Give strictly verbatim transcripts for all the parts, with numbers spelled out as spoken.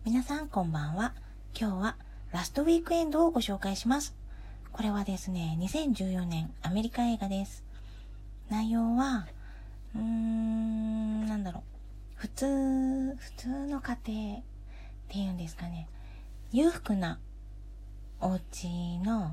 皆さんこんばんは。今日はラストウィークエンドをご紹介します。これはですね、にせんじゅうよねんアメリカ映画です。内容は、うーん、なんだろう。普通、普通の家庭っていうんですかね。裕福なお家の、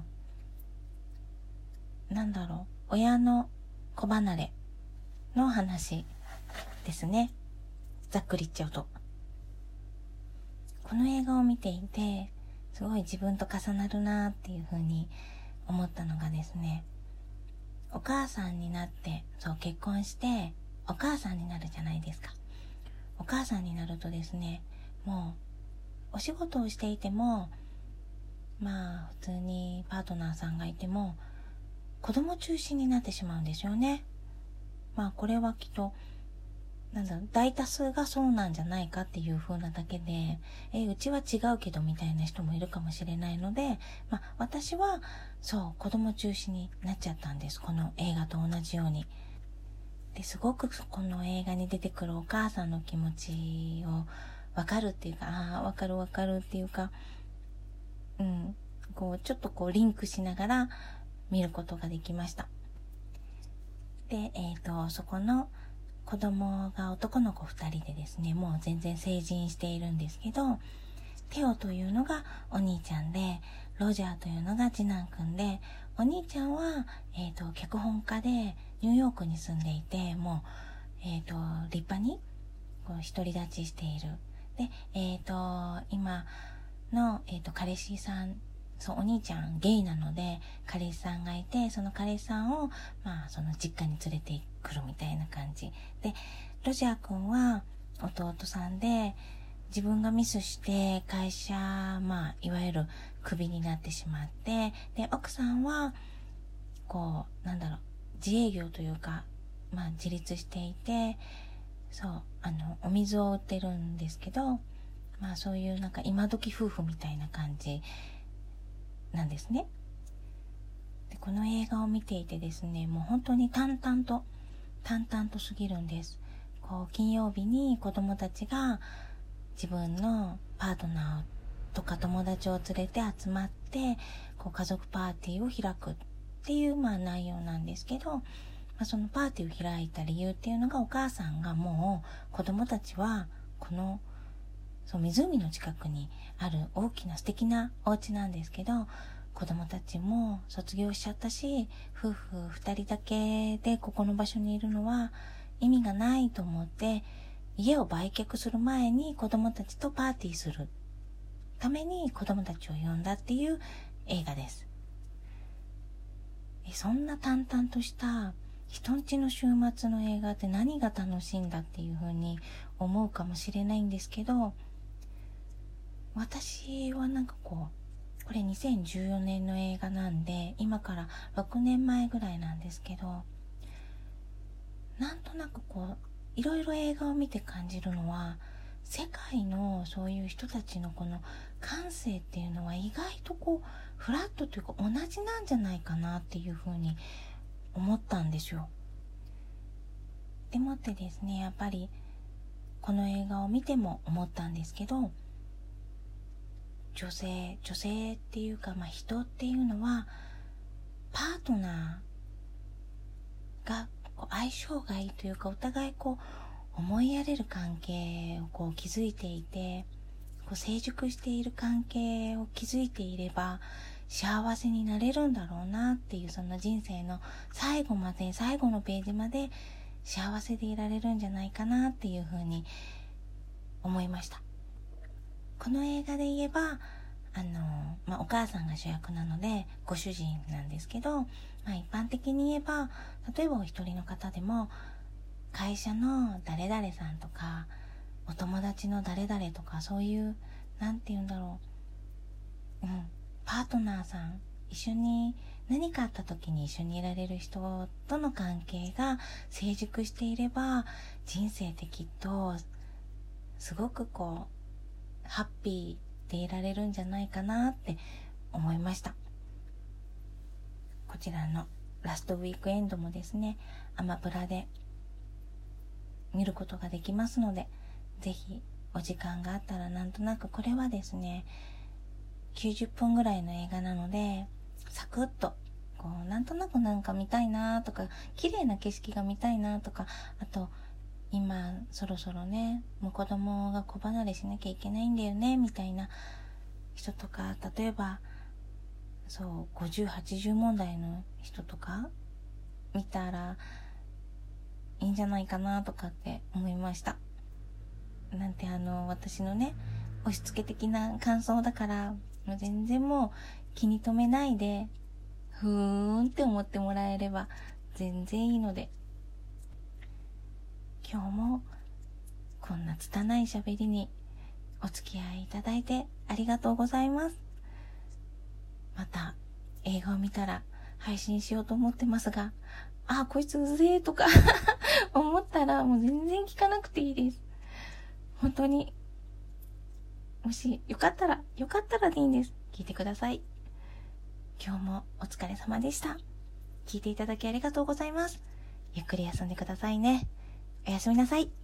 なんだろう、親の子離れの話ですね。ざっくり言っちゃうと。この映画を見ていて、すごい自分と重なるなっていうふうに思ったのがですね、お母さんになって、そう結婚して、お母さんになるじゃないですか。お母さんになるとですね、もう、お仕事をしていても、まあ、普通にパートナーさんがいても、子供中心になってしまうんですよね。まあ、これはきっと、なんだろう、大多数がそうなんじゃないかっていう風なだけで、え、うちは違うけどみたいな人もいるかもしれないので、まあ、私は、そう、子供中心になっちゃったんです。この映画と同じように。ですごくこの映画に出てくるお母さんの気持ちをわかるっていうか、ああ、わかるわかるっていうか、うん、こう、ちょっとこう、リンクしながら見ることができました。で、えっと、そこの子供が男の子二人でですね、もう全然成人しているんですけど、テオというのがお兄ちゃんで、ロジャーというのが次男くんで、お兄ちゃんは、えっと、脚本家でニューヨークに住んでいて、もう、えっと、立派にこう独り立ちしている。で、えっと、今の、えっと、彼氏さん、そう、お兄ちゃんゲイなので、彼氏さんがいて、その彼氏さんを、まあ、その実家に連れてくるみたいな感じ。で、ロジャー君は弟さんで、自分がミスして会社、まあ、いわゆるクビになってしまって、で、奥さんは、こう、なんだろう、自営業というか、まあ、自立していて、そう、あの、お水を売ってるんですけど、まあ、そういうなんか今時夫婦みたいな感じなんですね。で、この映画を見ていてですね、もう本当に淡々と、淡々と過ぎるんです。こう、金曜日に子供たちが自分のパートナーとか友達を連れて集まって、こう、家族パーティーを開くっていう、まあ、内容なんですけど、まあ、そのパーティーを開いた理由っていうのが、お母さんがもう子供たちはこのそう湖の近くにある大きな素敵なお家なんですけど、子供たちも卒業しちゃったし、夫婦二人だけでここの場所にいるのは意味がないと思って、家を売却する前に子供たちとパーティーするために子供たちを呼んだっていう映画です。そんな淡々とした人んちの週末の映画って何が楽しいんだっていう風に思うかもしれないんですけど、私はなんかこう、これにせんじゅうよねんの映画なんで、今からろくねんまえぐらいなんですけど、なんとなくこう、いろいろ映画を見て感じるのは、世界のそういう人たちのこの感性っていうのは意外とこう、フラットというか同じなんじゃないかなっていうふうに思ったんですよ。でもってですね、やっぱりこの映画を見ても思ったんですけど、女性、女性っていうか、まあ、人っていうのは、パートナーがこう相性がいいというか、お互いこう、思いやれる関係をこう築いていて、こう成熟している関係を築いていれば、幸せになれるんだろうなっていう、その人生の最後まで、最後のページまで幸せでいられるんじゃないかなっていうふうに思いました。この映画で言えば、あの、まあ、お母さんが主役なので、ご主人なんですけど、まあ、一般的に言えば、例えばお一人の方でも、会社の誰々さんとか、お友達の誰々とか、そういう、なんて言うんだろう、うん、パートナーさん、一緒に何かあった時に一緒にいられる人との関係が成熟していれば、人生ってきっと、すごくこう、ハッピーでいられるんじゃないかなって思いました。こちらのラストウィークエンドもですね、アマプラで見ることができますので、ぜひお時間があったら、なんとなくこれはですね、きゅうじゅっぷんぐらいの映画なので、サクッと、こう、なんとなくなんか見たいなとか、綺麗な景色が見たいなとか、あと、今、そろそろね、もう子供が子離れしなきゃいけないんだよね、みたいな人とか、例えば、そう、ごじゅう、はちじゅう問題の人とか、見たら、いいんじゃないかなとかって思いました。なんてあの、私のね、押し付け的な感想だから、もう全然もう気に留めないで、ふーんって思ってもらえれば全然いいので、今日もこんな拙い喋りにお付き合いいただいてありがとうございます。また映画を見たら配信しようと思ってますが、あ、こいつうぜーとか思ったらもう全然聞かなくていいです。本当に。もしよかったら、よかったらでいいんです。聞いてください。今日もお疲れ様でした。聞いていただきありがとうございます。ゆっくり休んでくださいね。おやすみなさい。